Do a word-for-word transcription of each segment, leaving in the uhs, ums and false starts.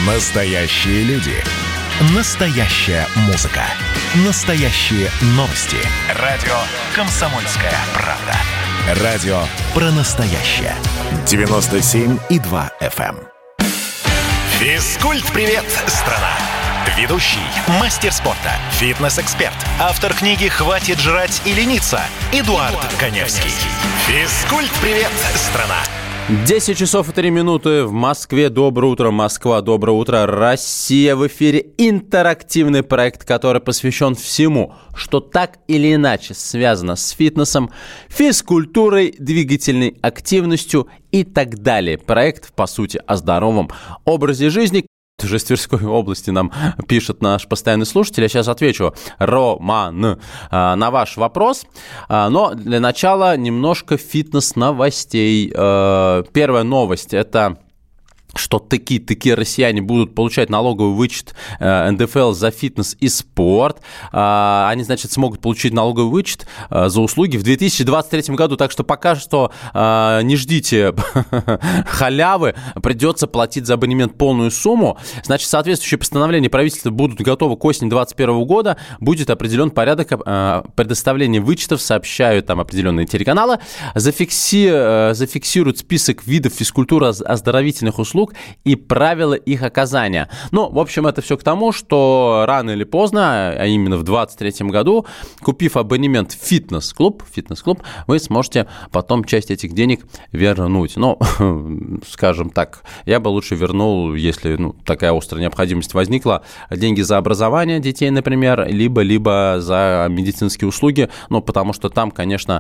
Настоящие люди. Настоящая музыка. Настоящие новости. Радио «Комсомольская правда». Радио про настоящее. девяносто семь и два эф эм. Физкульт-привет, страна! Ведущий, мастер спорта, фитнес-эксперт, автор книги «Хватит жрать и лениться» Эдуард Коневский. Физкульт-привет, страна! десять часов и три минуты в Москве. Доброе утро, Москва. Доброе утро, Россия. В эфире интерактивный проект, который посвящен всему, что так или иначе связано с фитнесом, физкультурой, двигательной активностью и так далее. Проект, по сути, о здоровом образе жизни. Уже с Тверской области нам пишет наш постоянный слушатель. Я сейчас отвечу, Роман, на ваш вопрос. Но для начала немножко фитнес-новостей. Первая новость – это что таки-таки россияне будут получать налоговый вычет эн дэ эф эл за фитнес и спорт. Они, значит, смогут получить налоговый вычет за услуги в две тысячи двадцать третьем году. Так что пока что не ждите халявы, придется платить за абонемент полную сумму. Значит, соответствующие постановления правительства будут готовы к осени двадцать первого года. Будет определен порядок предоставления вычетов, сообщают там определенные телеканалы. Зафикси... Зафиксируют список видов физкультурно-оздоровительных услуг и правила их оказания. Ну, в общем, это все к тому, что рано или поздно, а именно в двадцать третьем году, купив абонемент в фитнес-клуб, фитнес-клуб, вы сможете потом часть этих денег вернуть. Ну, скажем так, я бы лучше вернул, если ну, такая острая необходимость возникла, деньги за образование детей, например, либо-либо за медицинские услуги, ну, потому что там, конечно,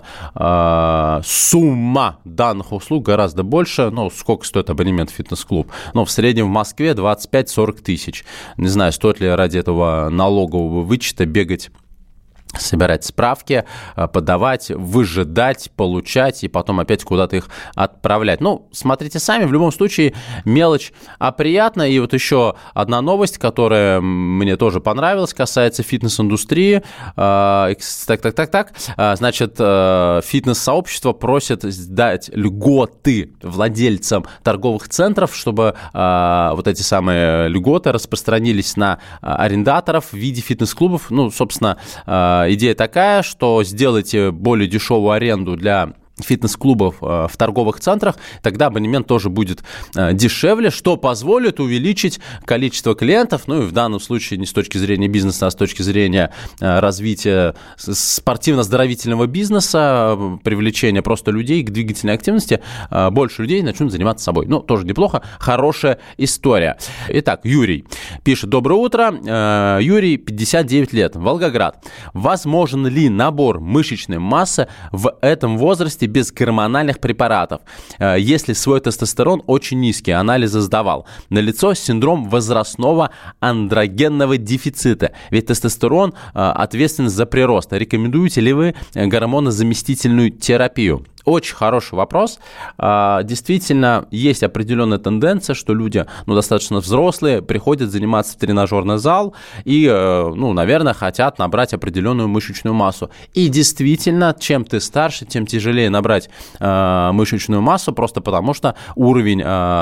сумма данных услуг гораздо больше. Ну, сколько стоит абонемент в фитнес-клуб? Но в среднем в Москве двадцать пять - сорок тысяч. Не знаю, стоит ли ради этого налогового вычета бегать, собирать справки, подавать, выжидать, получать и потом опять куда-то их отправлять. Ну, смотрите сами, в любом случае мелочь, а приятно. И вот еще одна новость, которая мне тоже понравилась, касается фитнес-индустрии. Так, так, так, так. Значит, фитнес-сообщество просит дать льготы владельцам торговых центров, чтобы вот эти самые льготы распространились на арендаторов в виде фитнес-клубов. Ну, собственно, идея такая, что сделайте более дешевую аренду для фитнес-клубов в торговых центрах, тогда абонемент тоже будет дешевле, что позволит увеличить количество клиентов, ну и в данном случае не с точки зрения бизнеса, а с точки зрения развития спортивно-оздоровительного бизнеса, привлечения просто людей к двигательной активности, больше людей начнут заниматься собой. Ну, тоже неплохо, хорошая история. Итак, Юрий пишет: доброе утро. Юрий, пятьдесят девять лет, Волгоград. Возможен ли набор мышечной массы в этом возрасте без гормональных препаратов, если свой тестостерон очень низкий, анализы сдавал? Налицо синдром возрастного андрогенного дефицита, ведь тестостерон ответственен за прирост. Рекомендуете ли вы гормонозаместительную терапию? Очень хороший вопрос. Действительно, есть определенная тенденция, что люди, ну, достаточно взрослые, приходят заниматься в тренажерный зал и, ну, наверное, хотят набрать определенную мышечную массу. И действительно, чем ты старше, тем тяжелее набрать мышечную массу, просто потому что уровень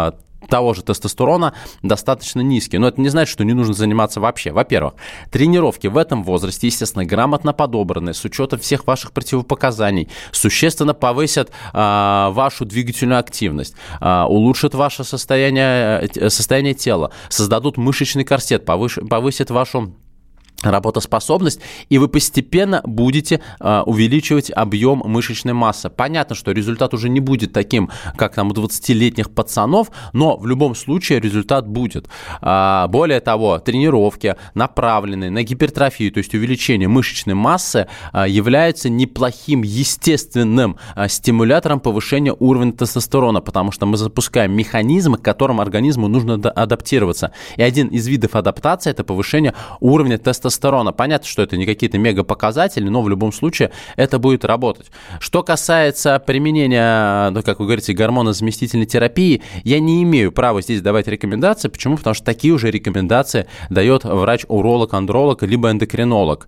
того же тестостерона достаточно низкий. Но это не значит, что не нужно заниматься вообще. Во-первых, тренировки в этом возрасте, естественно, грамотно подобраны, с учетом всех ваших противопоказаний, существенно повысят а, вашу двигательную активность, а, улучшат ваше состояние, состояние тела, создадут мышечный корсет, повыш, повысят вашу работоспособность, и вы постепенно будете э, увеличивать объем мышечной массы. Понятно, что результат уже не будет таким, как там у двадцатилетних пацанов, но в любом случае результат будет. Э, более того, тренировки, направленные на гипертрофию, то есть увеличение мышечной массы, э, являются неплохим естественным э, стимулятором повышения уровня тестостерона, потому что мы запускаем механизмы, к которым организму нужно адаптироваться. И один из видов адаптации – это повышение уровня тестостерона. Понятно, что это не какие-то мегапоказатели, но в любом случае это будет работать. Что касается применения, ну, как вы говорите, гормонозаместительной терапии, я не имею права здесь давать рекомендации. Почему? Потому что такие уже рекомендации дает врач-уролог, андролог, либо эндокринолог.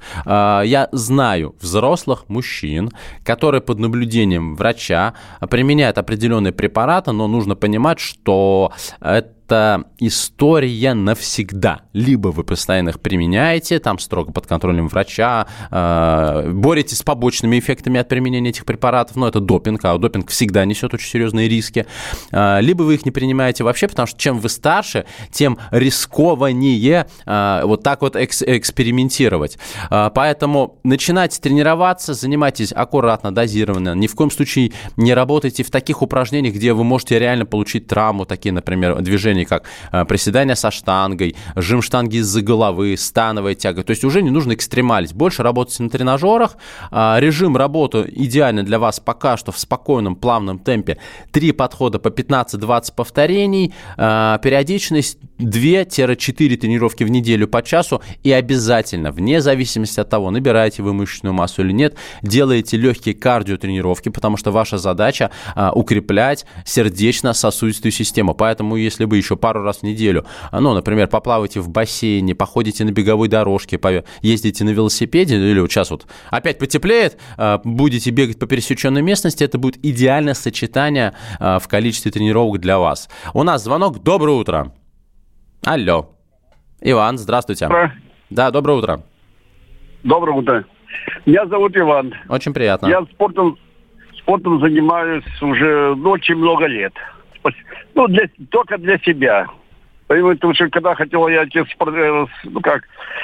Я знаю взрослых мужчин, которые под наблюдением врача применяют определенные препараты, но нужно понимать, что это это история навсегда. Либо вы постоянно их применяете, там строго под контролем врача, э, боретесь с побочными эффектами от применения этих препаратов, но это допинг, а допинг всегда несет очень серьезные риски. Э, либо вы их не принимаете вообще, потому что чем вы старше, тем рискованнее э, вот так вот экс- экспериментировать. Э, поэтому начинайте тренироваться, занимайтесь аккуратно, дозированно. Ни в коем случае не работайте в таких упражнениях, где вы можете реально получить травму, такие, например, движения, как приседания со штангой, жим штанги из-за головы, становая тяга. То есть уже не нужно экстремалить. Больше работайте на тренажерах. Режим работы идеально для вас пока что в спокойном, плавном темпе. Три подхода по пятнадцать-двадцать повторений. Периодичность две-четыре тренировки в неделю по часу. И обязательно, вне зависимости от того, набираете вы мышечную массу или нет, делаете легкие кардиотренировки, потому что ваша задача укреплять сердечно-сосудистую систему. Поэтому, если вы еще пару раз в неделю, ну, например, поплаваете в бассейне, походите на беговой дорожке, ездите на велосипеде, или вот сейчас вот опять потеплеет, будете бегать по пересеченной местности, это будет идеальное сочетание в количестве тренировок для вас. У нас звонок. Доброе утро. Алло. Иван, здравствуйте. Доброе. Да, доброе утро. Доброе утро. Меня зовут Иван. Очень приятно. Я спортом, спортом занимаюсь уже ну, очень много лет. Ну, для, только для себя. Потому что когда хотел я ну как,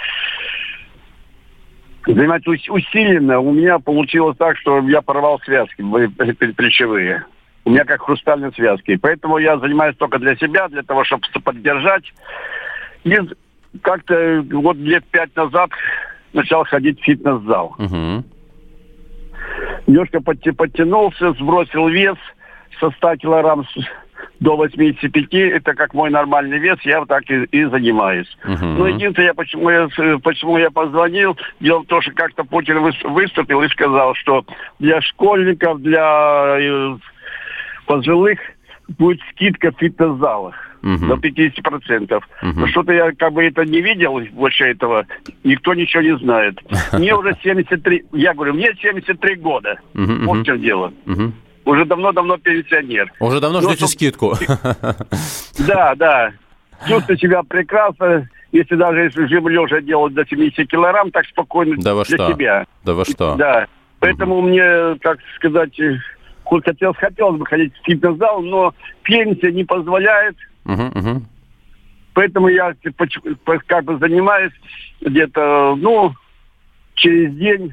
заниматься усиленно, у меня получилось так, что я порвал связки плечевые. У меня как хрустальные связки. Поэтому я занимаюсь только для себя, для того, чтобы поддержать. И как-то вот лет пять назад начал ходить в фитнес-зал. Угу. Немножко подтянулся, сбросил вес со ста килограмм до восьмидесяти пяти. Это как мой нормальный вес, я вот так и, и занимаюсь. Uh-huh. Но единственное, я, почему, я, почему я позвонил, дело в том, что как-то Путин выступил и сказал, что для школьников, для э, пожилых будет скидка в фитнес-залах. Uh-huh. До пятьдесят процентов. Uh-huh. Но что-то я как бы это не видел больше этого. Никто ничего не знает. Мне уже семьдесят три... Я говорю, мне семьдесят три года. Uh-huh. Вот в чем дело. Uh-huh. Уже давно-давно пенсионер. Уже давно ждете скидку. Да, да. Чувствую себя прекрасно. Если даже если жим лежа делать до семидесяти килограмм, так спокойно да для что? себя. Да вы что? Да. Поэтому угу. мне, как сказать, хотелось, хотелось бы ходить в фитнес-зал, но пенсия не позволяет. Угу, угу. Поэтому я как бы занимаюсь где-то, ну, через день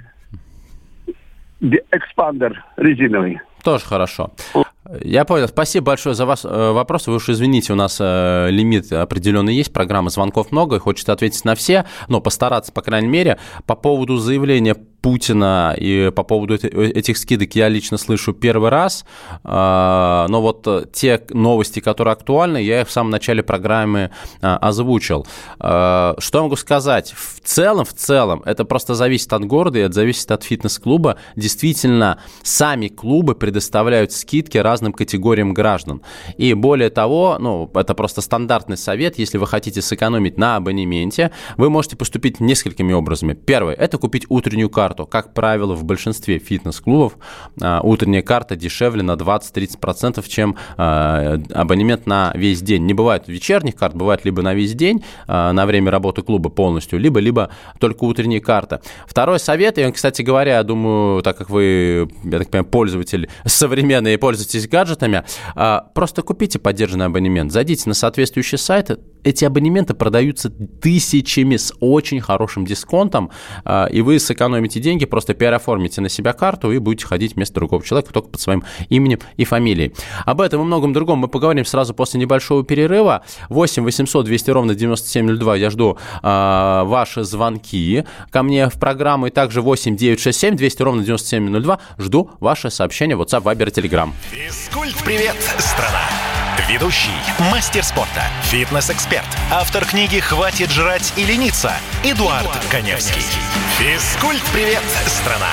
экспандер резиновый. Тоже хорошо. Я понял. Спасибо большое за вас вопрос. Вы уж извините, у нас э, лимит определенный есть, программы звонков много, и хочется ответить на все, но постараться, по крайней мере. По поводу заявления Путина и по поводу этих скидок я лично слышу первый раз, э, но вот те новости, которые актуальны, я их в самом начале программы э, озвучил. Э, что я могу сказать? В целом, в целом, это просто зависит от города и это зависит от фитнес-клуба. Действительно, сами клубы предоставляют скидки разным категориям граждан. И более того, ну, это просто стандартный совет, если вы хотите сэкономить на абонементе, вы можете поступить несколькими образами. Первый – это купить утреннюю карту. Как правило, в большинстве фитнес-клубов а, утренняя карта дешевле на двадцать-тридцать процентов, чем а, абонемент на весь день. Не бывает вечерних карт, бывает либо на весь день, а, на время работы клуба полностью, либо, либо только утренняя карта. Второй совет, и, кстати говоря, я думаю, так как вы, я так понимаю, пользователь современный и пользуетесь гаджетами, просто купите поддержанный абонемент, зайдите на соответствующие сайты, эти абонементы продаются тысячами с очень хорошим дисконтом, и вы сэкономите деньги, просто переоформите на себя карту и будете ходить вместо другого человека только под своим именем и фамилией. Об этом и многом другом мы поговорим сразу после небольшого перерыва. восемь восемьсот двести ровно девяносто семь ноль два. Я жду а, ваши звонки ко мне в программу, и также восемь девятьсот шестьдесят семь двести ровно девяносто семь ноль два. Жду ваши сообщения в WhatsApp, Viber, Telegram. Физкульт-привет, страна! Ведущий, мастер спорта, фитнес-эксперт, автор книги «Хватит жрать и лениться» Эдуард, Эдуард Коневский. Физкульт-привет, страна!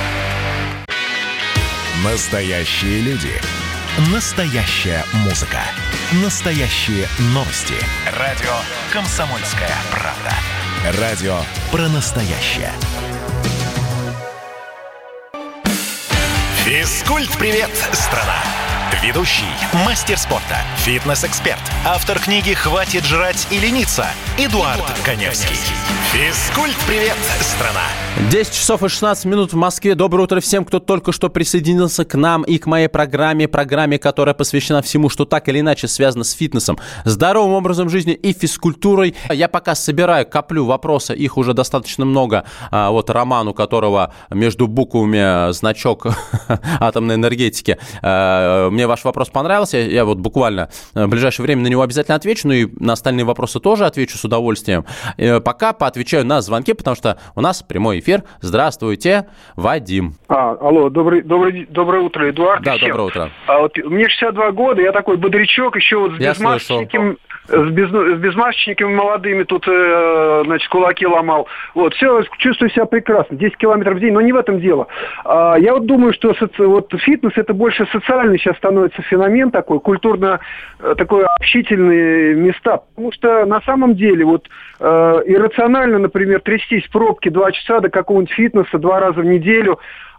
Настоящие люди. Настоящая музыка. Настоящие новости. Радио «Комсомольская правда». Радио про настоящее. Физкульт-привет, страна! Ведущий, мастер спорта, фитнес-эксперт, автор книги «Хватит жрать и лениться» Эдуард, Эдуард Коневский. Физкульт-привет, страна! десять часов и шестнадцать минут в Москве. Доброе утро всем, кто только что присоединился к нам и к моей программе, программе, которая посвящена всему, что так или иначе связано с фитнесом, здоровым образом жизни и физкультурой. Я пока собираю, коплю вопросы, их уже достаточно много. А вот Роман, у которого между буквами значок атомной энергетики. Мне ваш вопрос понравился, я вот буквально в ближайшее время на него обязательно отвечу, ну и на остальные вопросы тоже отвечу с удовольствием. Пока поотвечаю на звонки, потому что у нас прямой эфир. Здравствуйте, Вадим. А, алло, добрый, добрый, доброе утро, Эдуард. Да, доброе утро. А вот мне шестьдесят два года, я такой бодрячок, еще вот с безмасочниками, с, без, с безмасочниками молодыми тут, э, значит, кулаки ломал. Вот, все, чувствую себя прекрасно, десять километров в день, но не в этом дело. А, я вот думаю, что соци... вот фитнес это больше социальный сейчас становится феномен такой, культурно такой общительные места, потому что на самом деле вот э, иррационально, например, трястись в пробке два часа до какого-нибудь фитнеса два раза в неделю,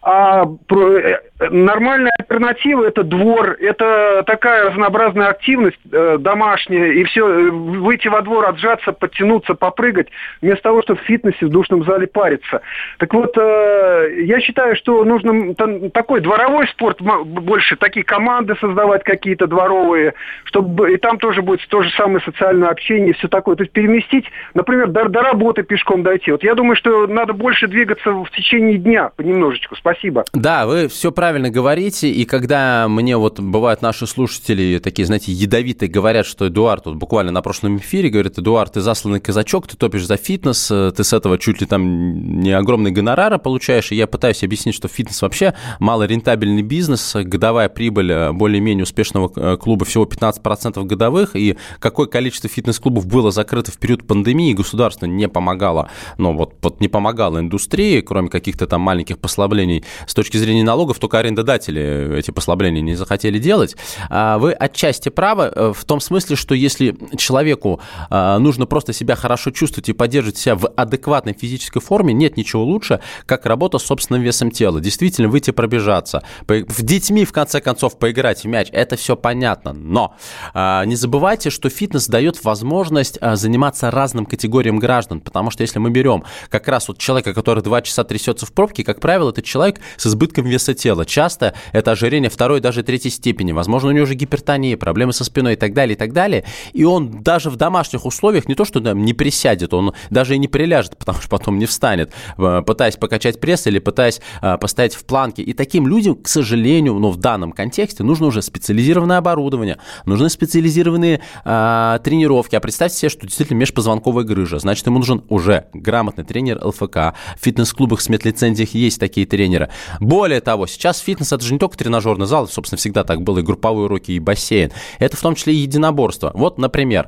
а нормальная альтернатива – это двор, это такая разнообразная активность э, домашняя, и все, выйти во двор, отжаться, подтянуться, попрыгать, вместо того, чтобы в фитнесе в душном зале париться. Так вот, э, я считаю, что нужно там, такой дворовой спорт, больше такие команды создавать какие-то дворовые, чтобы и там тоже будет то же самое социальное общение, все такое. То есть переместить, например, до, до работы пешком дойти. Вот я думаю, что надо больше двигаться в течение дня понемножечку. Спасибо. Да, вы все правильно говорите, и когда мне вот бывают наши слушатели такие, знаете, ядовитые, говорят, что Эдуард, вот буквально на прошлом эфире, говорит: Эдуард, ты засланный казачок, ты топишь за фитнес, ты с этого чуть ли там не огромные гонорары получаешь, и я пытаюсь объяснить, что фитнес вообще малорентабельный бизнес, годовая прибыль более-менее успешного клуба всего пятнадцать процентов годовых, и какое количество фитнес-клубов было закрыто в период пандемии, государство не помогало, ну вот, вот не помогало индустрии, кроме каких-то там маленьких послаблений с точки зрения налогов, только арендодатели эти послабления не захотели делать. Вы отчасти правы в том смысле, что если человеку нужно просто себя хорошо чувствовать и поддерживать себя в адекватной физической форме, нет ничего лучше, как работа с собственным весом тела. Действительно, выйти пробежаться, с детьми, в конце концов, поиграть в мяч, это все понятно. Но не забывайте, что фитнес дает возможность заниматься разным категориям граждан, потому что если мы берем как раз вот человека, который два часа трясется в пробке, как правило, это человек с избытком веса тела. Часто это ожирение второй, даже третьей степени. Возможно, у него уже гипертония, проблемы со спиной и так далее, и так далее. И он даже в домашних условиях не то, что там, не присядет, он даже и не приляжет, потому что потом не встанет, пытаясь покачать пресс или пытаясь постоять в планке. И таким людям, к сожалению, ну, в данном контексте нужно уже специализированное оборудование, нужны специализированные а, тренировки. А представьте себе, что действительно межпозвонковая грыжа. Значит, ему нужен уже грамотный тренер эл эф ка. В фитнес-клубах с медлицензией есть такие тренеры. Более того, сейчас фитнес – это же не только тренажерный зал, собственно, всегда так было, и групповые уроки, и бассейн. Это в том числе и единоборство. Вот, например,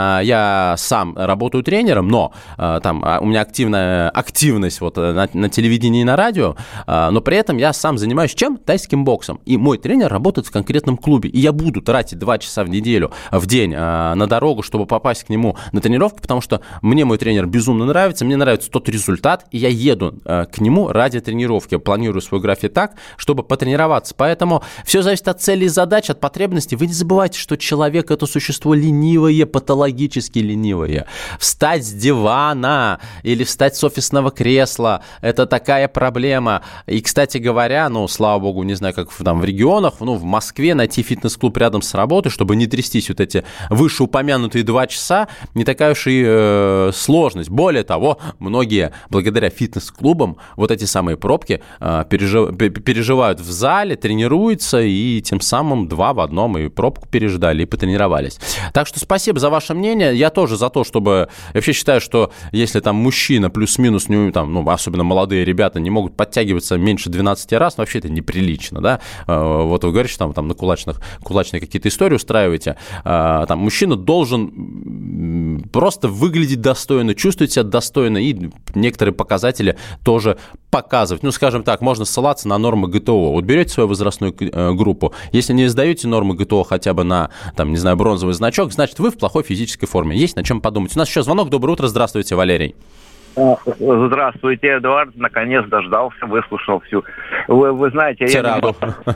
я сам работаю тренером, но там у меня активная активность вот на, на телевидении и на радио, но при этом я сам занимаюсь чем? Тайским боксом. И мой тренер работает в конкретном клубе. И я буду тратить два часа в неделю, в день на дорогу, чтобы попасть к нему на тренировку, потому что мне мой тренер безумно нравится, мне нравится тот результат, и я еду к нему ради тренировки. Я планирую свой график так, чтобы потренироваться. Поэтому все зависит от целей и задач, от потребностей. Вы не забывайте, что человек – это существо ленивое, патологически ленивое. Встать с дивана или встать с офисного кресла – это такая проблема. И, кстати говоря, ну, слава богу, не знаю, как там в регионах, ну, в Москве найти фитнес-клуб рядом с работой, чтобы не трястись вот эти вышеупомянутые два часа, не такая уж и э, сложность. Более того, многие благодаря фитнес-клубам вот эти самые пробки э, пережив... переживают в зале, тренируются и тем самым два в одном и пробку переждали, и потренировались. Так что спасибо за ваше мнение. Я тоже за то, чтобы... Я вообще считаю, что если там мужчина плюс-минус, там, ну, особенно молодые ребята, не могут подтягиваться меньше двенадцати раз, ну, вообще это неприлично, да? Вот вы говорите, что там, там на кулачных, кулачные какие-то истории устраиваете. Там мужчина должен просто выглядеть достойно, чувствовать себя достойно, и некоторые показатели тоже показывать. Ну, скажем так, можно ссылаться на нормы гэ тэ о. Вот берете свою возрастную группу, если не сдаете нормы гэ тэ о хотя бы на, там, не знаю, бронзовый значок, значит, вы в плохой физической форме. Есть над чем подумать. У нас еще звонок. Доброе утро. Здравствуйте, Валерий. Здравствуйте, Эдуард. Наконец дождался, выслушал всю. Вы, вы знаете, Тираду.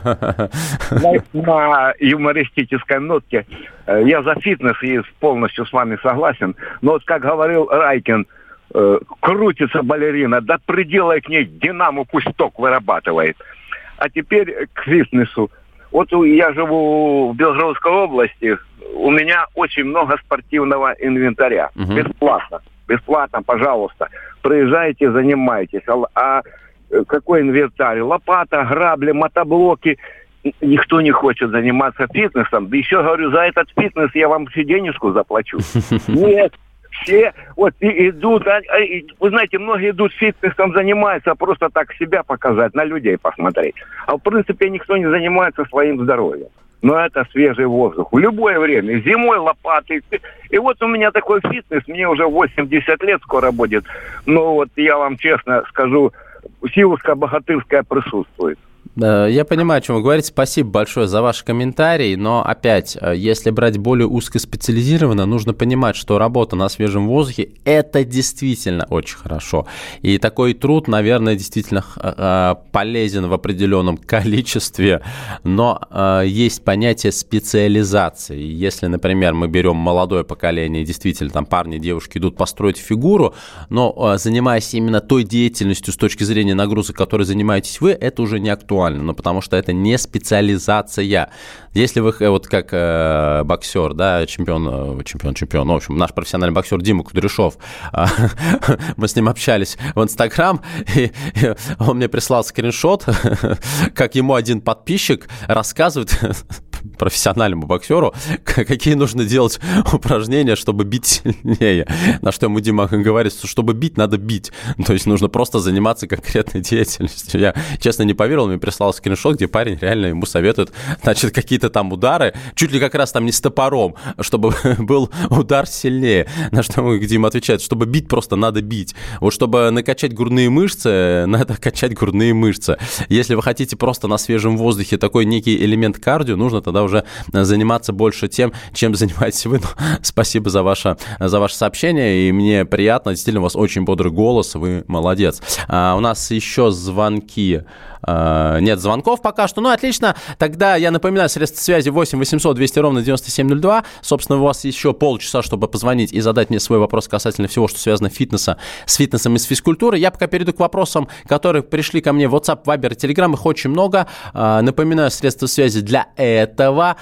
я на юмористической нотке. Я за фитнес и полностью с вами согласен. Но вот как говорил Райкин, крутится балерина, до предела к ней динамо пусть ток вырабатывает. А теперь к фитнесу. Вот я живу в Белгородской области, у меня очень много спортивного инвентаря. Угу. Бесплатно. Бесплатно, пожалуйста. Приезжайте, занимайтесь. А какой инвентарь? Лопата, грабли, мотоблоки. Никто не хочет заниматься фитнесом. Да еще, говорю, за этот фитнес я вам все денежку заплачу. Нет. Все вот и идут, а, а, и, вы знаете, многие идут фитнесом, занимаются, просто так себя показать, на людей посмотреть. А в принципе никто не занимается своим здоровьем. Но это свежий воздух. В любое время. Зимой лопаты. И вот у меня такой фитнес, мне уже восемьдесят лет скоро будет. Но вот я вам честно скажу, силушка богатырская присутствует. Я понимаю, о чем вы говорите. Спасибо большое за ваш комментарий. Но опять, если брать более узкоспециализированно, нужно понимать, что работа на свежем воздухе – это действительно очень хорошо. И такой труд, наверное, действительно полезен в определенном количестве. Но есть понятие специализации. Если, например, мы берем молодое поколение, действительно, там парни, девушки идут построить фигуру, но занимаясь именно той деятельностью с точки зрения нагрузок, которой занимаетесь вы, это уже не актуально. Ну, потому что это не специализация. Если вы вот как э, боксер, да, чемпион, чемпион, чемпион, ну, в общем, наш профессиональный боксер Дима Кудряшов, э, мы с ним общались в Инстаграм, и, и он мне прислал скриншот, как ему один подписчик рассказывает профессиональному боксеру, какие нужно делать упражнения, чтобы бить сильнее. На что ему Дима говорит, что чтобы бить, надо бить. То есть нужно просто заниматься конкретной деятельностью. Я, честно, не поверил, мне прислал скриншот, где парень реально ему советует, значит, какие-то там удары, чуть ли как раз там не с топором, чтобы был удар сильнее. На что ему Дима отвечает, чтобы бить, просто надо бить. Вот чтобы накачать грудные мышцы, надо качать грудные мышцы. Если вы хотите просто на свежем воздухе такой некий элемент кардио, нужно тогда уже заниматься больше тем, чем занимаетесь вы. Ну, спасибо за ваше, за ваше сообщение, и мне приятно, действительно, у вас очень бодрый голос, вы молодец. А, у нас еще звонки. А, нет звонков пока что, ну, отлично. Тогда я напоминаю, средства связи восемь восемьсот двести ровно девяносто семь ноль два. Собственно, у вас еще полчаса, чтобы позвонить и задать мне свой вопрос касательно всего, что связано с фитнесом, с фитнесом и с физкультурой. Я пока перейду к вопросам, которые пришли ко мне в WhatsApp, Viber и Telegram. Их очень много. А, напоминаю, средства связи для этого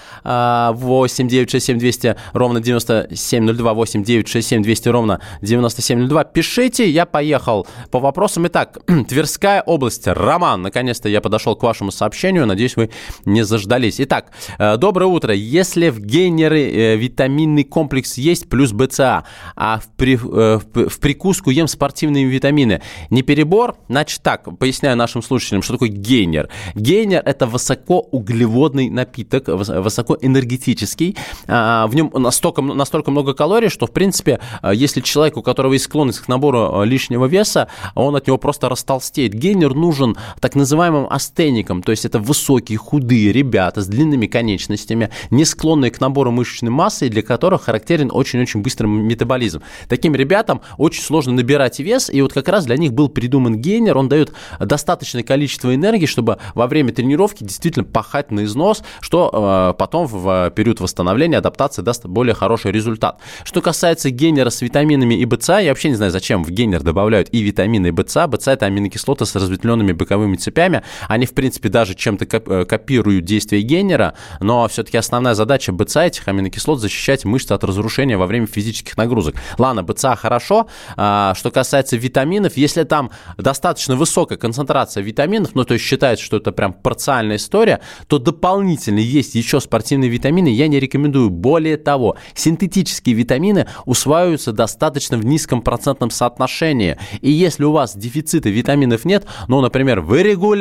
восемь девятьсот шестьдесят семь двести ровно девяносто семь ноль два, восемь девятьсот шестьдесят семь двести ровно девяносто семь ноль два. Пишите, я поехал по вопросам. Итак, Тверская область. Роман, наконец-то я подошел к вашему сообщению. Надеюсь, вы не заждались. Итак, доброе утро. Если в гейнеры витаминный комплекс есть плюс БЦА, а в, при, в прикуску ем спортивные витамины, не перебор? Значит так, поясняю нашим слушателям, что такое гейнер. Гейнер – это высокоуглеводный напиток, высокоэнергетический. В нем настолько, настолько много калорий, что, в принципе, если человек, у которого есть склонность к набору лишнего веса, он от него просто растолстеет. Гейнер нужен так называемым астеникам, то есть это высокие, худые ребята с длинными конечностями, не склонные к набору мышечной массы, для которых характерен очень-очень быстрый метаболизм. Таким ребятам очень сложно набирать вес, и вот как раз для них был придуман гейнер. Он дает достаточное количество энергии, чтобы во время тренировки действительно пахать на износ, что потом в период восстановления, адаптации даст более хороший результат. Что касается гейнера с витаминами и БЦА, я вообще не знаю, зачем в гейнер добавляют и витамины, и БЦА. БЦА – это аминокислоты с разветвленными боковыми цепями. Они, в принципе, даже чем-то копируют действие гейнера, но все-таки основная задача БЦА, этих аминокислот, защищать мышцы от разрушения во время физических нагрузок. Ладно, БЦА хорошо. Что касается витаминов, если там достаточно высокая концентрация витаминов, ну, то есть считается, что это прям порциальная история, то дополнительно есть еще спортивные витамины, я не рекомендую. Более того, синтетические витамины усваиваются достаточно в низком процентном соотношении. И если у вас дефицита витаминов нет, ну, например, вы регулярно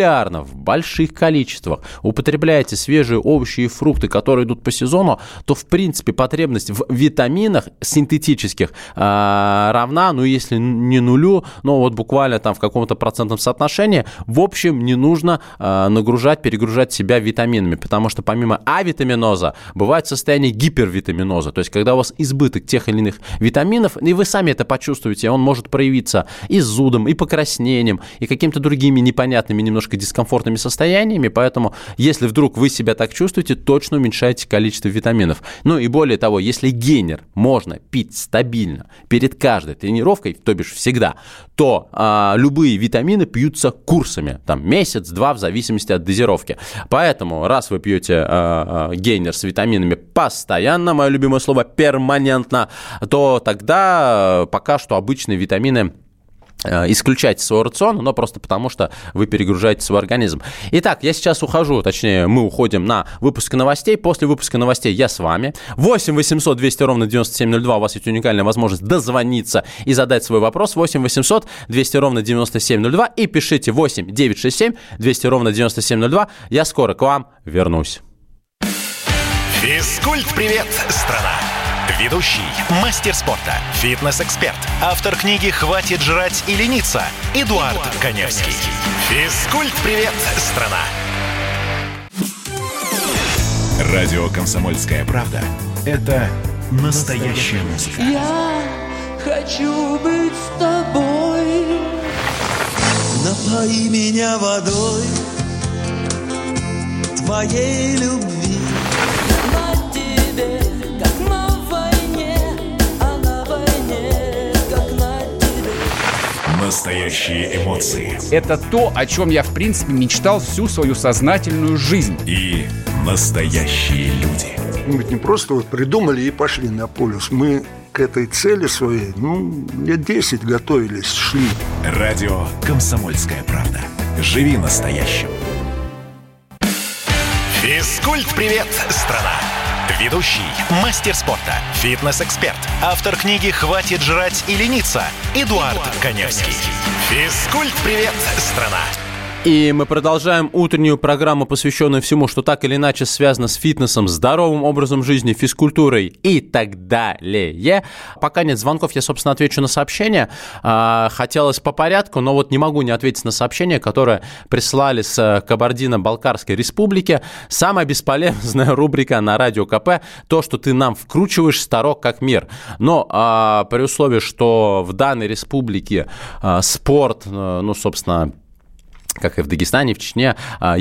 регулярно, в больших количествах употребляете свежие овощи и фрукты, которые идут по сезону, то, в принципе, потребность в витаминах синтетических э, равна, ну, если не нулю, но вот буквально там в каком-то процентном соотношении. В общем, не нужно э, нагружать, перегружать себя витаминами, потому что помимо авитаминоза бывает состояние гипервитаминоза, то есть когда у вас избыток тех или иных витаминов, и вы сами это почувствуете, он может проявиться и зудом, и покраснением, и какими-то другими непонятными, немножко дискомфортными состояниями, поэтому если вдруг вы себя так чувствуете, точно уменьшайте количество витаминов. Ну и более того, если гейнер можно пить стабильно перед каждой тренировкой, то бишь всегда, то а, любые витамины пьются курсами, там месяц-два в зависимости от дозировки. Поэтому, раз вы пьете а, а, гейнер с витаминами постоянно, мое любимое слово перманентно, то тогда пока что обычные витамины исключайте свой рацион, но просто потому, что вы перегружаете свой организм. Итак, я сейчас ухожу, точнее, мы уходим на выпуск новостей. После выпуска новостей я с вами. восемь восемьсот двести ровно девяносто семь ноль два. У вас есть уникальная возможность дозвониться и задать свой вопрос. восемь восемьсот двести ровно девяносто семь ноль два. И пишите восемь девятьсот шестьдесят семь двести ровно девяносто семь ноль два. Я скоро к вам вернусь. Физкульт-привет, страна! Ведущий, мастер спорта, фитнес-эксперт, автор книги «Хватит жрать и лениться» Эдуард, Эдуард Коневский. Физкульт-привет, страна! Радио «Комсомольская правда» — это настоящая музыка. Я хочу быть с тобой. Напои меня водой твоей любви. Настоящие эмоции. Это то, о чем я, в принципе, мечтал всю свою сознательную жизнь. И настоящие люди. Мы ведь не просто вот придумали и пошли на полюс. Мы к этой цели своей, ну, лет десять готовились, шли. Радио «Комсомольская правда». Живи настоящим. Физкульт-привет, страна! Ведущий, мастер спорта, фитнес-эксперт, автор книги «Хватит жрать и лениться» Эдуард, Эдуард Коневский. Физкульт-привет, страна! И мы продолжаем утреннюю программу, посвященную всему, что так или иначе связано с фитнесом, здоровым образом жизни, физкультурой и так далее. Пока нет звонков, я, собственно, отвечу на сообщения. Хотелось по порядку, но вот не могу не ответить на сообщение, которое прислали с Кабардино-Балкарской республики. Самая бесполезная рубрика на Радио КП – то, что ты нам вкручиваешь старок как мир. Но а, при условии, что в данной республике а, спорт, ну, собственно, как и в Дагестане, в Чечне,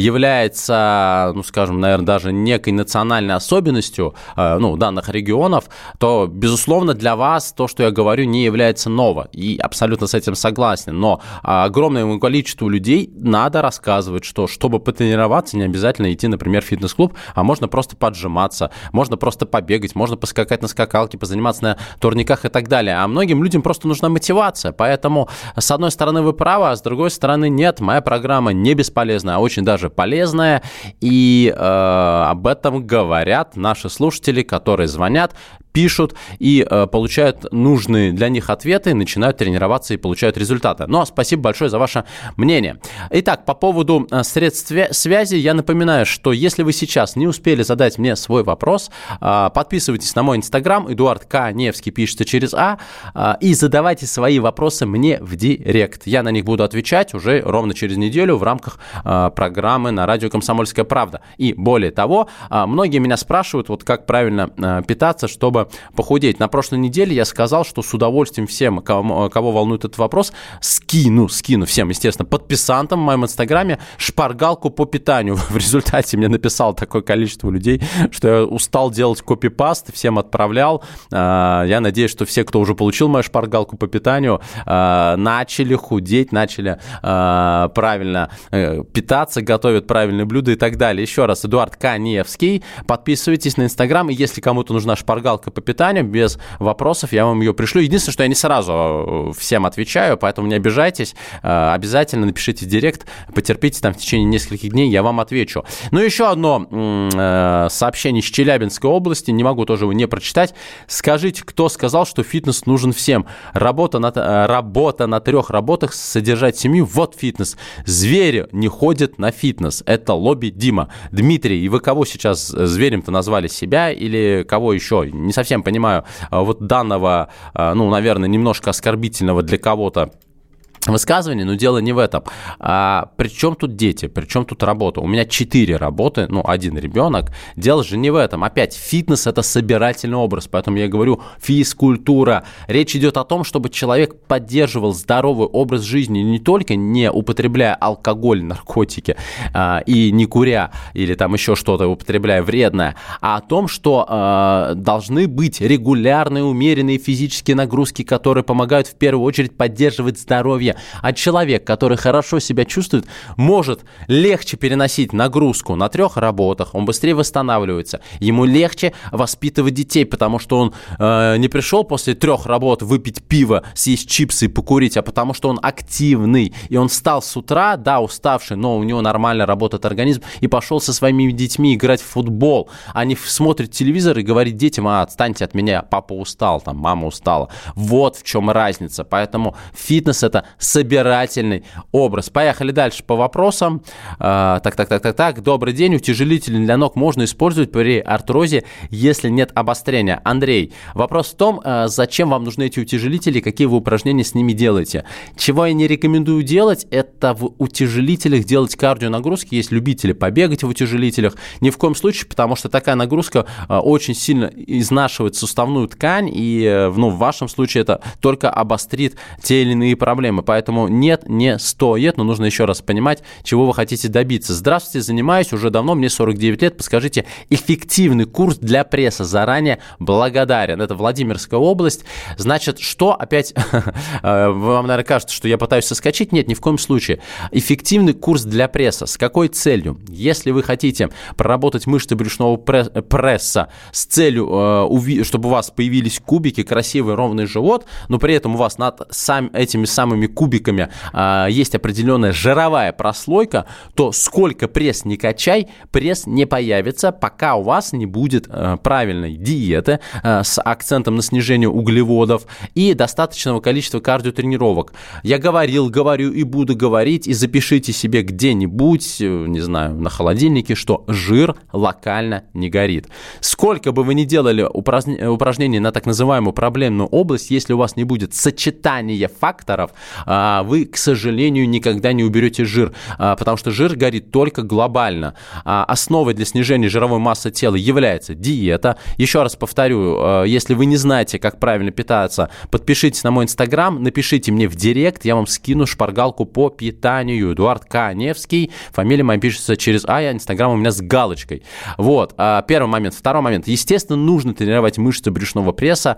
является, ну, скажем, наверное, даже некой национальной особенностью, ну, данных регионов, то, безусловно, для вас то, что я говорю, не является ново. И абсолютно с этим согласен. Но огромному количеству людей надо рассказывать, что, чтобы потренироваться, не обязательно идти, например, в фитнес-клуб, а можно просто поджиматься, можно просто побегать, можно поскакать на скакалке, позаниматься на турниках и так далее. А многим людям просто нужна мотивация. Поэтому, с одной стороны, вы правы, а с другой стороны, нет. Моя программа Программа не бесполезная, а очень даже полезная, и э, об этом говорят наши слушатели, которые звонят, пишут и э, получают нужные для них ответы, начинают тренироваться и получают результаты. Ну, а спасибо большое за ваше мнение. Итак, по поводу э, средств связи, я напоминаю, что если вы сейчас не успели задать мне свой вопрос, э, подписывайтесь на мой инстаграм, Эдуард Коневский, пишется через А, э, и задавайте свои вопросы мне в директ. Я на них буду отвечать уже ровно через неделю в рамках э, программы на радио «Комсомольская правда». И более того, э, многие меня спрашивают, вот как правильно э, питаться, чтобы похудеть. На прошлой неделе я сказал, что с удовольствием всем, кого, кого волнует этот вопрос, скину, скину всем, естественно, подписантам в моем инстаграме шпаргалку по питанию. В результате мне написало такое количество людей, что я устал делать копипаст, всем отправлял. Я надеюсь, что все, кто уже получил мою шпаргалку по питанию, начали худеть, начали правильно питаться, готовят правильные блюда и так далее. Еще раз, Эдуард Коневский. Подписывайтесь на инстаграм, и если кому-то нужна шпаргалка справка по питанию, без вопросов, я вам ее пришлю. Единственное, что я не сразу всем отвечаю, поэтому не обижайтесь, обязательно напишите в директ, потерпите там в течение нескольких дней, я вам отвечу. Ну, еще одно сообщение из Челябинской области, не могу тоже его не прочитать. Скажите, кто сказал, что фитнес нужен всем? Работа на, работа на трех работах, содержать семью, вот фитнес. Звери не ходят на фитнес. Это лобби Дима. Дмитрий, и вы кого сейчас зверем-то назвали, себя или кого еще? Не совсем понимаю вот данного, ну, наверное, немножко оскорбительного для кого-то высказывание, но дело не в этом. А, при чем тут дети? При чем тут работа? У меня четыре работы, ну, один ребенок. Дело же не в этом. Опять, фитнес – это собирательный образ, поэтому я говорю физкультура. Речь идет о том, чтобы человек поддерживал здоровый образ жизни, не только не употребляя алкоголь, наркотики а, и не куря, или там еще что-то употребляя вредное, а о том, что а, должны быть регулярные, умеренные физические нагрузки, которые помогают в первую очередь поддерживать здоровье. А человек, который хорошо себя чувствует, может легче переносить нагрузку на трех работах, он быстрее восстанавливается, ему легче воспитывать детей, потому что он э, не пришел после трех работ выпить пиво, съесть чипсы и покурить, а потому что он активный, и он встал с утра, да, уставший, но у него нормально работает организм, и пошел со своими детьми играть в футбол, а не смотрит телевизор и говорит детям: а, отстаньте от меня, папа устал, там, мама устала. Вот в чем разница, поэтому фитнес – это собирательный образ. Поехали дальше по вопросам. А, так, так, так, так, так. Добрый день. Утяжелители для ног можно использовать при артрозе, если нет обострения. Андрей, вопрос в том, зачем вам нужны эти утяжелители, какие вы упражнения с ними делаете. Чего я не рекомендую делать, это в утяжелителях делать кардионагрузки. Есть любители побегать в утяжелителях. Ни в коем случае, потому что такая нагрузка очень сильно изнашивает суставную ткань, и, ну, в вашем случае это только обострит те или иные проблемы. Поэтому нет, не стоит, но нужно еще раз понимать, чего вы хотите добиться. Здравствуйте, занимаюсь уже давно, мне сорок девять лет. Подскажите эффективный курс для пресса. Заранее благодарен. Это Владимирская область. Значит, что опять, вам, наверное, кажется, что я пытаюсь соскочить? Нет, ни в коем случае. Эффективный курс для пресса. С какой целью? Если вы хотите проработать мышцы брюшного пресса с целью, чтобы у вас появились кубики, красивый ровный живот, но при этом у вас над этими самыми кубиками а, есть определенная жировая прослойка, то сколько пресс не качай, пресс не появится, пока у вас не будет а, правильной диеты а, с акцентом на снижение углеводов и достаточного количества кардиотренировок. Я говорил, говорю и буду говорить, и запишите себе где-нибудь, не знаю, на холодильнике, что жир локально не горит. Сколько бы вы ни делали упражнений на так называемую проблемную область, если у вас не будет сочетания факторов, вы, к сожалению, никогда не уберете жир, потому что жир горит только глобально. Основой для снижения жировой массы тела является диета. Еще раз повторю, если вы не знаете, как правильно питаться, подпишитесь на мой инстаграм, напишите мне в директ, я вам скину шпаргалку по питанию. Эдуард Каневский, фамилия моя пишется через А, а инстаграм у меня с галочкой. Вот, первый момент. Второй момент. Естественно, нужно тренировать мышцы брюшного пресса,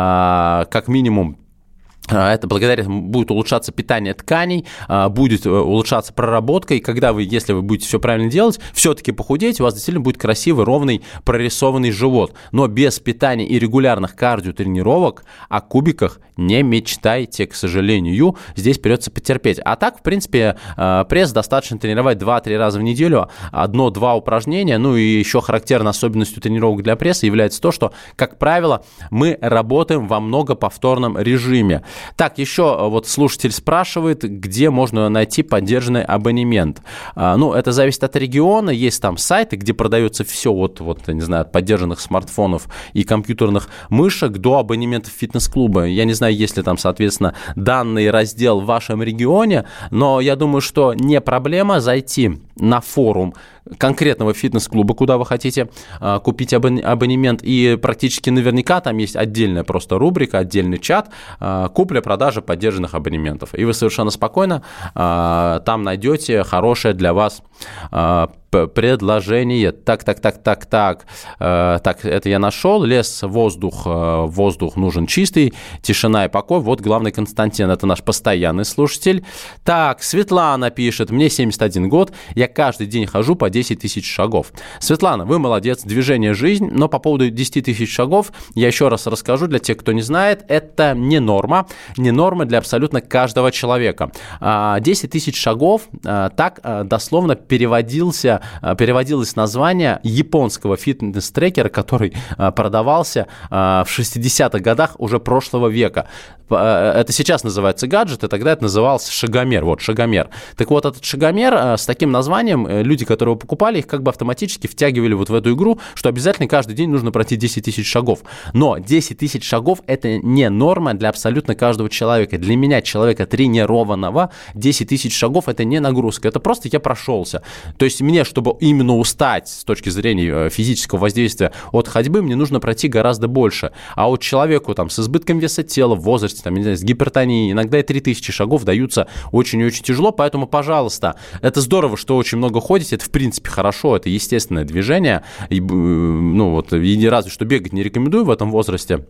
как минимум. Это благодаря этому будет улучшаться питание тканей, будет улучшаться проработка, и когда вы, если вы будете все правильно делать, все-таки похудеете, у вас действительно будет красивый, ровный, прорисованный живот. Но без питания и регулярных кардиотренировок о кубиках не мечтайте, к сожалению. Здесь придется потерпеть. А так, в принципе, пресс достаточно тренировать два-три раза в неделю, одно-два упражнения. Ну и еще характерной особенностью тренировок для пресса является то, что, как правило, мы работаем во многоповторном режиме. Так, еще вот слушатель спрашивает, где можно найти поддержанный абонемент. А, ну, это зависит от региона. Есть там сайты, где продается все от, вот, не знаю, от поддержанных смартфонов и компьютерных мышек до абонементов фитнес-клуба. Я не знаю, есть ли там, соответственно, данный раздел в вашем регионе, но я думаю, что не проблема зайти на форум конкретного фитнес-клуба, куда вы хотите а, купить абонемент, и практически наверняка там есть отдельная просто рубрика, отдельный чат, а, купля-продажа поддержанных абонементов. И вы совершенно спокойно а, там найдете хорошее для вас а, предложение. Так, так, так, так, так. Э, так, это я нашел. Лес, воздух, э, воздух нужен чистый, тишина и покой. Вот главный Константин, это наш постоянный слушатель. Так, Светлана пишет, мне семьдесят один год, я каждый день хожу по десять тысяч шагов. Светлана, вы молодец, движение жизнь, но по поводу десять тысяч шагов я еще раз расскажу для тех, кто не знает, это не норма, не норма для абсолютно каждого человека. десять тысяч шагов, так дословно переводился, переводилось название японского фитнес-трекера, который продавался в шестидесятых годах уже прошлого века. Это сейчас называется гаджет, и тогда это назывался шагомер. Вот, шагомер. Так вот, этот шагомер с таким названием, люди, которые его покупали, их как бы автоматически втягивали вот в эту игру, что обязательно каждый день нужно пройти десять тысяч шагов. Но десять тысяч шагов – это не норма для абсолютно каждого человека. Для меня, человека тренированного, десять тысяч шагов – это не нагрузка, это просто я прошелся. То есть мне, чтобы именно устать с точки зрения физического воздействия от ходьбы, мне нужно пройти гораздо больше. А вот человеку там, с избытком веса тела, в возрасте, там, не знаю, с гипертонией, иногда и три тысячи шагов даются очень и очень тяжело, поэтому, пожалуйста, это здорово, что очень много ходите, это в принципе хорошо, это естественное движение, и, ну вот, и разве что бегать не рекомендую в этом возрасте.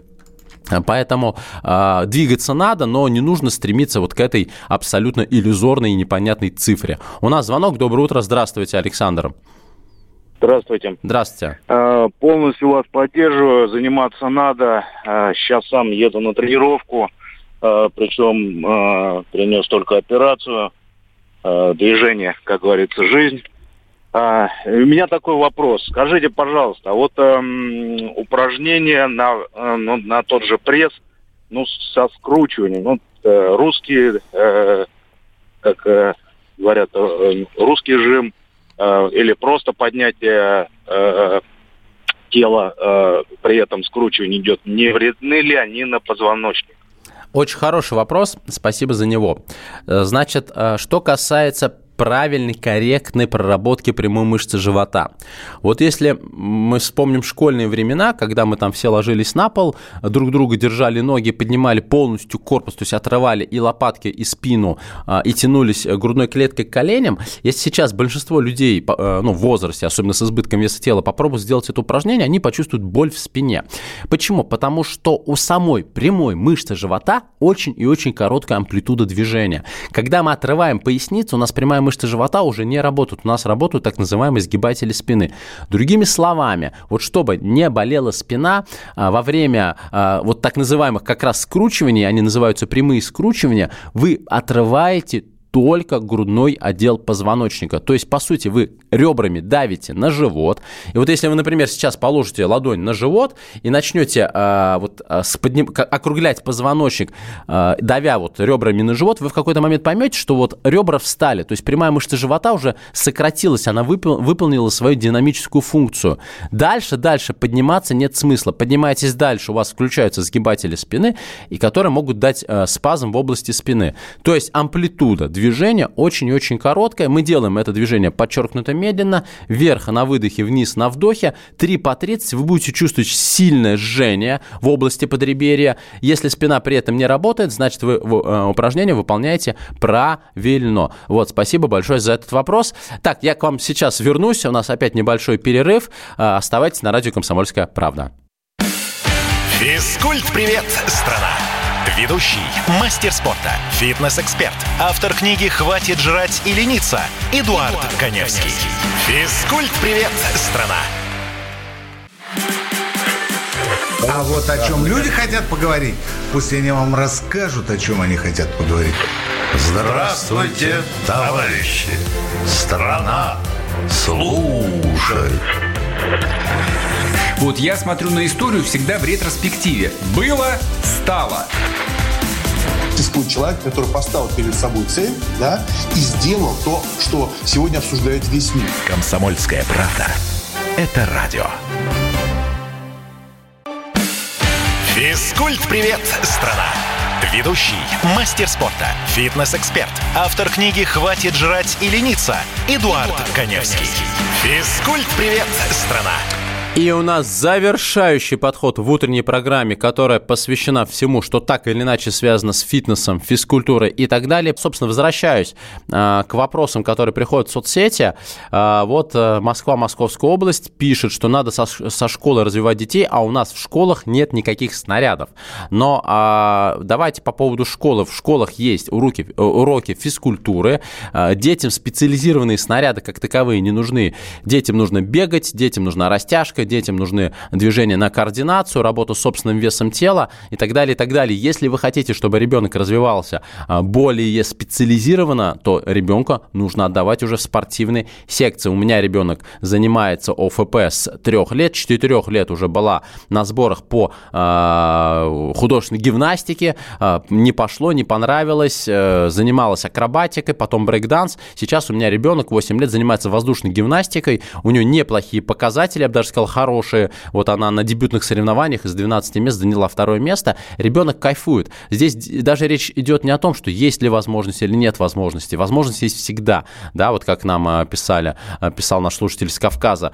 Поэтому э, двигаться надо, но не нужно стремиться вот к этой абсолютно иллюзорной и непонятной цифре. У нас звонок. Доброе утро. Здравствуйте, Александр. Здравствуйте. Здравствуйте. Э, полностью вас поддерживаю. Заниматься надо. Э, сейчас сам еду на тренировку. Э, причем э, перенес только операцию. Э, движение, как говорится, жизнь. Uh, у меня такой вопрос. Скажите, пожалуйста, вот uh, упражнения на, uh, ну, на тот же пресс, ну, со скручиванием, ну, uh, русские, uh, как uh, говорят, uh, русский жим, uh, или просто поднятие uh, тела, uh, при этом скручивание идет, не вредны ли они на позвоночник? Очень хороший вопрос, спасибо за него. Значит, что касается правильной, корректной проработки прямой мышцы живота. Вот если мы вспомним школьные времена, когда мы там все ложились на пол, друг друга держали ноги, поднимали полностью корпус, то есть отрывали и лопатки, и спину, и тянулись грудной клеткой к коленям, если сейчас большинство людей, ну, в возрасте, особенно с избытком веса тела, попробуют сделать это упражнение, они почувствуют боль в спине. Почему? Потому что у самой прямой мышцы живота очень и очень короткая амплитуда движения. Когда мы отрываем поясницу, у нас прямая мышцы живота уже не работают. У нас работают так называемые сгибатели спины. Другими словами, вот чтобы не болела спина а, во время а, вот так называемых как раз скручиваний, они называются прямые скручивания, вы отрываете только грудной отдел позвоночника. То есть, по сути, вы ребрами давите на живот. И вот если вы, например, сейчас положите ладонь на живот и начнете э, вот, э, подним, округлять позвоночник, э, давя вот ребрами на живот, вы в какой-то момент поймете, что вот ребра встали. То есть прямая мышца живота уже сократилась, она выпол- выполнила свою динамическую функцию. Дальше, дальше подниматься нет смысла. Поднимаетесь дальше, у вас включаются сгибатели спины, и которые могут дать э, спазм в области спины. То есть амплитуда движения Движение очень и очень короткое. Мы делаем это движение подчеркнуто медленно. Вверх на выдохе, вниз на вдохе. три по тридцать. Вы будете чувствовать сильное жжение в области подреберья. Если спина при этом не работает, значит, вы упражнение выполняете правильно. Вот, спасибо большое за этот вопрос. Так, я к вам сейчас вернусь. У нас опять небольшой перерыв. Оставайтесь на радио «Комсомольская правда». Физкульт-привет, страна! Ведущий, мастер спорта, фитнес-эксперт, автор книги «Хватит жрать и лениться» Эдуард, Эдуард Коневский. Физкульт-привет, страна! А вот о чем люди хотят поговорить, пусть они вам расскажут, о чем они хотят поговорить. Здравствуйте, товарищи! Страна слушает! Вот я смотрю на историю всегда в ретроспективе. Было, стало. Существует человек, который поставил перед собой цель, да, и сделал то, что сегодня обсуждает весь мир. «Комсомольская правда» — это радио. Физкульт-привет, страна! Ведущий, мастер спорта, фитнес-эксперт, автор книги «Хватит жрать и лениться» Эдуард, Эдуард Коневский. Физкульт-привет, страна! И у нас завершающий подход в утренней программе, которая посвящена всему, что так или иначе связано с фитнесом, физкультурой и так далее. Собственно, возвращаюсь а, к вопросам, которые приходят в соцсети. А, вот а, Москва, Московская область пишет, что надо со, со школы развивать детей, а у нас в школах нет никаких снарядов. Но а, давайте по поводу школы. В школах есть уроки, уроки физкультуры. А, детям специализированные снаряды как таковые не нужны. Детям нужно бегать, детям нужна растяжка, детям нужны движения на координацию, работу с собственным весом тела и так далее, и так далее. Если вы хотите, чтобы ребенок развивался более специализированно, то ребенка нужно отдавать уже в спортивные секции. У меня ребенок занимается ОФП с трех лет, четырех лет уже была на сборах по э, художественной гимнастике, э, не пошло, не понравилось, э, занималась акробатикой, потом брейк-данс. Сейчас у меня ребенок восемь лет занимается воздушной гимнастикой, у нее неплохие показатели, я бы даже сказал, хорошие. Вот она на дебютных соревнованиях из двенадцати мест заняла второе место. Ребенок кайфует. Здесь даже речь идет не о том, что есть ли возможности или нет возможности. Возможности есть всегда. Да, вот как нам писали, писал наш слушатель с Кавказа.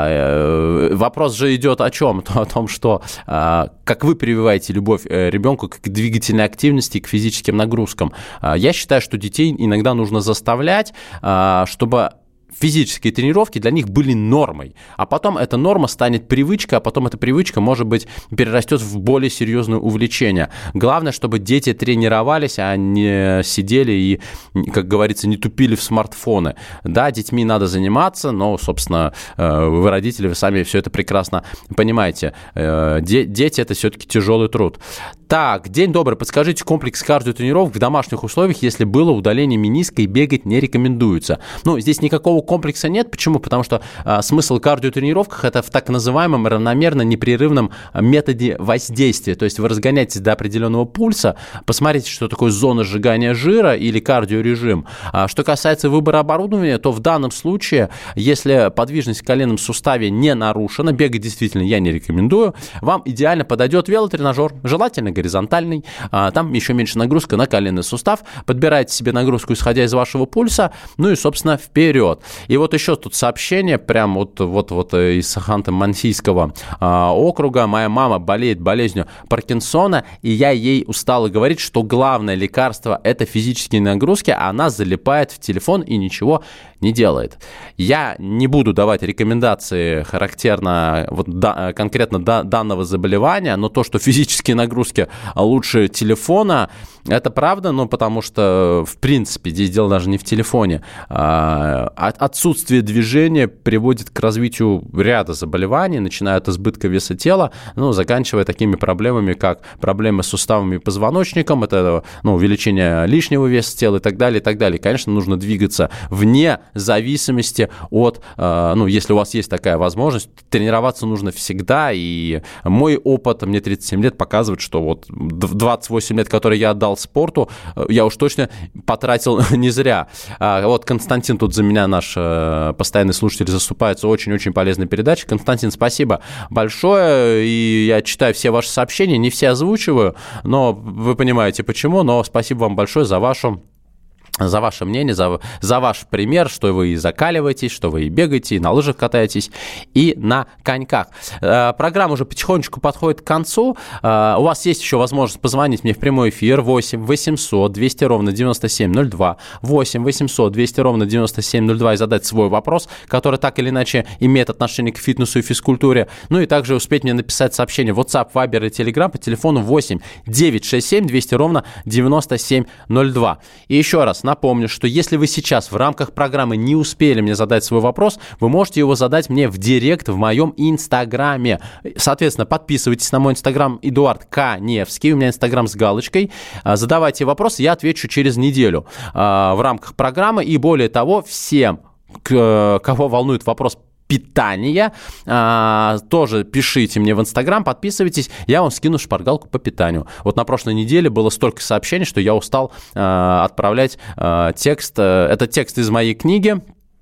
Вопрос же идет о чем? О том, что как вы прививаете любовь ребенку к двигательной активности, к физическим нагрузкам. Я считаю, что детей иногда нужно заставлять, чтобы физические тренировки для них были нормой, а потом эта норма станет привычкой, а потом эта привычка, может быть, перерастет в более серьезное увлечение. Главное, чтобы дети тренировались, а не сидели и, как говорится, не тупили в смартфоны. Да, детьми надо заниматься, но, собственно, вы, родители, вы сами все это прекрасно понимаете. Дети – это все-таки тяжелый труд. Так, день добрый. Подскажите комплекс кардиотренировок в домашних условиях, если было удаление мениска и бегать не рекомендуется. Ну, здесь никакого комплекса нет. Почему? Потому что а, смысл кардиотренировок – это в так называемом равномерно непрерывном методе воздействия. То есть вы разгоняетесь до определенного пульса, посмотрите, что такое зона сжигания жира или кардиорежим. А, что касается выбора оборудования, то в данном случае, если подвижность в коленном суставе не нарушена, бегать действительно я не рекомендую, вам идеально подойдет велотренажер, желательно горизонтальный, а, там еще меньше нагрузка на коленный сустав, подбирайте себе нагрузку, исходя из вашего пульса, ну и, собственно, вперед. И вот еще тут сообщение, прям вот, вот, вот из Ханты-Мансийского а, округа. Моя мама болеет болезнью Паркинсона, и я ей устала говорить, что главное лекарство – это физические нагрузки, а она залипает в телефон и ничего не делает. Я не буду давать рекомендации характерно вот, да, конкретно да, данного заболевания, но то, что физические нагрузки лучше телефона, это правда, но потому что, в принципе, здесь дело даже не в телефоне. Отсутствие движения приводит к развитию ряда заболеваний, начиная от избытка веса тела, ну, заканчивая такими проблемами, как проблемы с суставами и позвоночником, это ну, увеличение лишнего веса тела и так далее, и так далее. Конечно, нужно двигаться вне зависимости от, ну, если у вас есть такая возможность, тренироваться нужно всегда, и мой опыт, мне тридцать семь лет, показывает, что вот двадцать восемь лет, которые я отдал спорту, я уж точно потратил не зря. Вот Константин тут за меня, наш постоянный слушатель, заступается, очень-очень полезная передача. Константин, спасибо большое, и я читаю все ваши сообщения, не все озвучиваю, но вы понимаете почему, но спасибо вам большое за вашу за ваше мнение, за, за ваш пример, что вы и закаливаетесь, что вы и бегаете, и на лыжах катаетесь, и на коньках. Э, программа уже потихонечку подходит к концу. Э, у вас есть еще возможность позвонить мне в прямой эфир восемь восемьсот двести ровно девяносто семь ноль два, восемь восемьсот двести ровно девяносто семь ноль два и задать свой вопрос, который так или иначе имеет отношение к фитнесу и физкультуре. Ну и также успеть мне написать сообщение в WhatsApp, Viber и Telegram по телефону восемь девятьсот шестьдесят семь двести ровно девяносто семь ноль два. И еще раз напомню, что если вы сейчас в рамках программы не успели мне задать свой вопрос, вы можете его задать мне в директ в моем инстаграме. Соответственно, подписывайтесь на мой инстаграм Эдуард Каневский, у меня инстаграм с галочкой. Задавайте вопросы, я отвечу через неделю в рамках программы. И более того, всем, кого волнует вопрос питания, а, тоже пишите мне в Инстаграм, подписывайтесь, я вам скину шпаргалку по питанию. Вот на прошлой неделе было столько сообщений, что я устал а, отправлять а, текст. Это текст из моей книги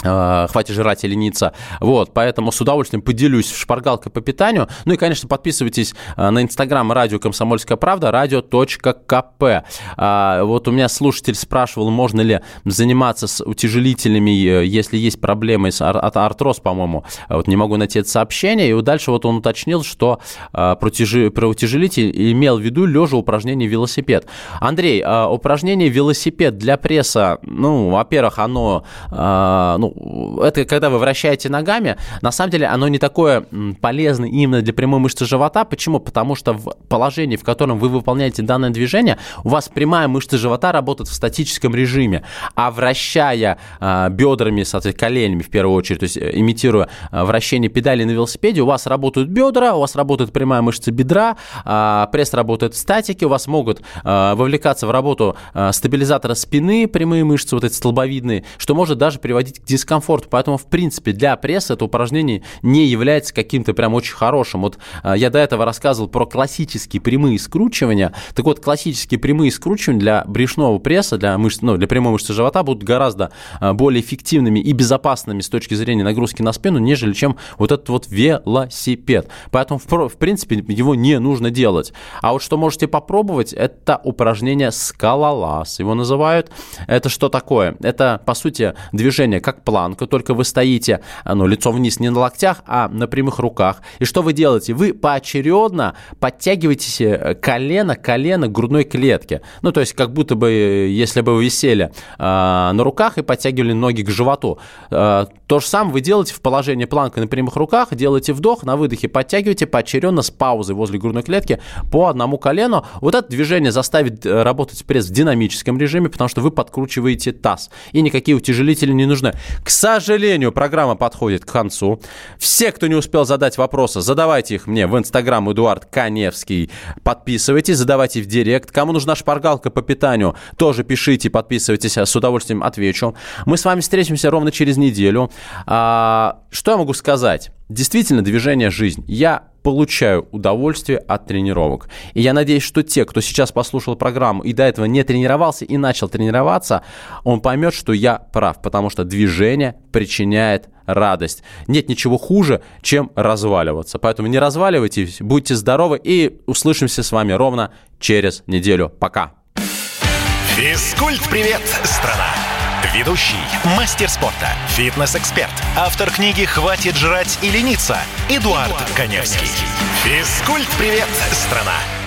хватит жрать и лениться. Вот, поэтому с удовольствием поделюсь шпаргалкой по питанию. Ну и, конечно, подписывайтесь на инстаграм радио «Комсомольская правда», радио точка ка пэ. Вот у меня слушатель спрашивал, можно ли заниматься с утяжелителями, если есть проблемы с ар- артроз, по-моему. Вот не могу найти это сообщение. И вот дальше вот он уточнил, что про, утяж... про утяжелитель имел в виду лежа упражнение велосипед. Андрей, упражнение велосипед для пресса, ну, во-первых, оно, ну, это когда вы вращаете ногами, на самом деле оно не такое полезное именно для прямой мышцы живота. Почему? Потому что в положении, в котором вы выполняете данное движение, у вас прямая мышца живота работает в статическом режиме, а вращая э, бедрами, соответственно, коленями в первую очередь, то есть имитируя э, вращение педали на велосипеде, у вас работают бедра, у вас работает прямая мышца бедра, э, пресс работает в статике, у вас могут э, вовлекаться в работу э, стабилизатора спины, прямые мышцы, вот эти столбовидные, что может даже приводить к дискомфорту. Поэтому, в принципе, для пресса это упражнение не является каким-то прям очень хорошим. Вот э, я до этого рассказывал про классические прямые скручивания. Так вот, классические прямые скручивания для брюшного пресса, для, мышц, ну, для прямой мышцы живота будут гораздо э, более эффективными и безопасными с точки зрения нагрузки на спину, нежели чем вот этот вот велосипед. Поэтому, в, в принципе, его не нужно делать. А вот что можете попробовать, это упражнение скалолаз. Его называют. Это что такое? Это, по сути, движение как планка, только вы стоите, ну, лицом вниз не на локтях, а на прямых руках. И что вы делаете? Вы поочередно подтягиваете колено, колено к грудной клетке. Ну, то есть, как будто бы, если бы вы висели э, на руках и подтягивали ноги к животу. Э, то же самое вы делаете в положении планка на прямых руках, делаете вдох, на выдохе подтягиваете поочередно с паузой возле грудной клетки по одному колену. Вот это движение заставит работать пресс в динамическом режиме, потому что вы подкручиваете таз. И никакие утяжелители не нужны. К сожалению, программа подходит к концу. Все, кто не успел задать вопросы, задавайте их мне в инстаграм Эдуард Каневский. Подписывайтесь, задавайте в директ. Кому нужна шпаргалка по питанию, тоже пишите, подписывайтесь, с удовольствием отвечу. Мы с вами встретимся ровно через неделю. А, что я могу сказать? Действительно, движение – жизнь. Я получаю удовольствие от тренировок. И я надеюсь, что те, кто сейчас послушал программу и до этого не тренировался и начал тренироваться, он поймет, что я прав, потому что движение причиняет радость. Нет ничего хуже, чем разваливаться. Поэтому не разваливайтесь, будьте здоровы и услышимся с вами ровно через неделю. Пока. Физкульт-привет, страна! Ведущий, мастер спорта, фитнес-эксперт, автор книги «Хватит жрать и лениться» Эдуард Каневский. Физкульт-привет, страна!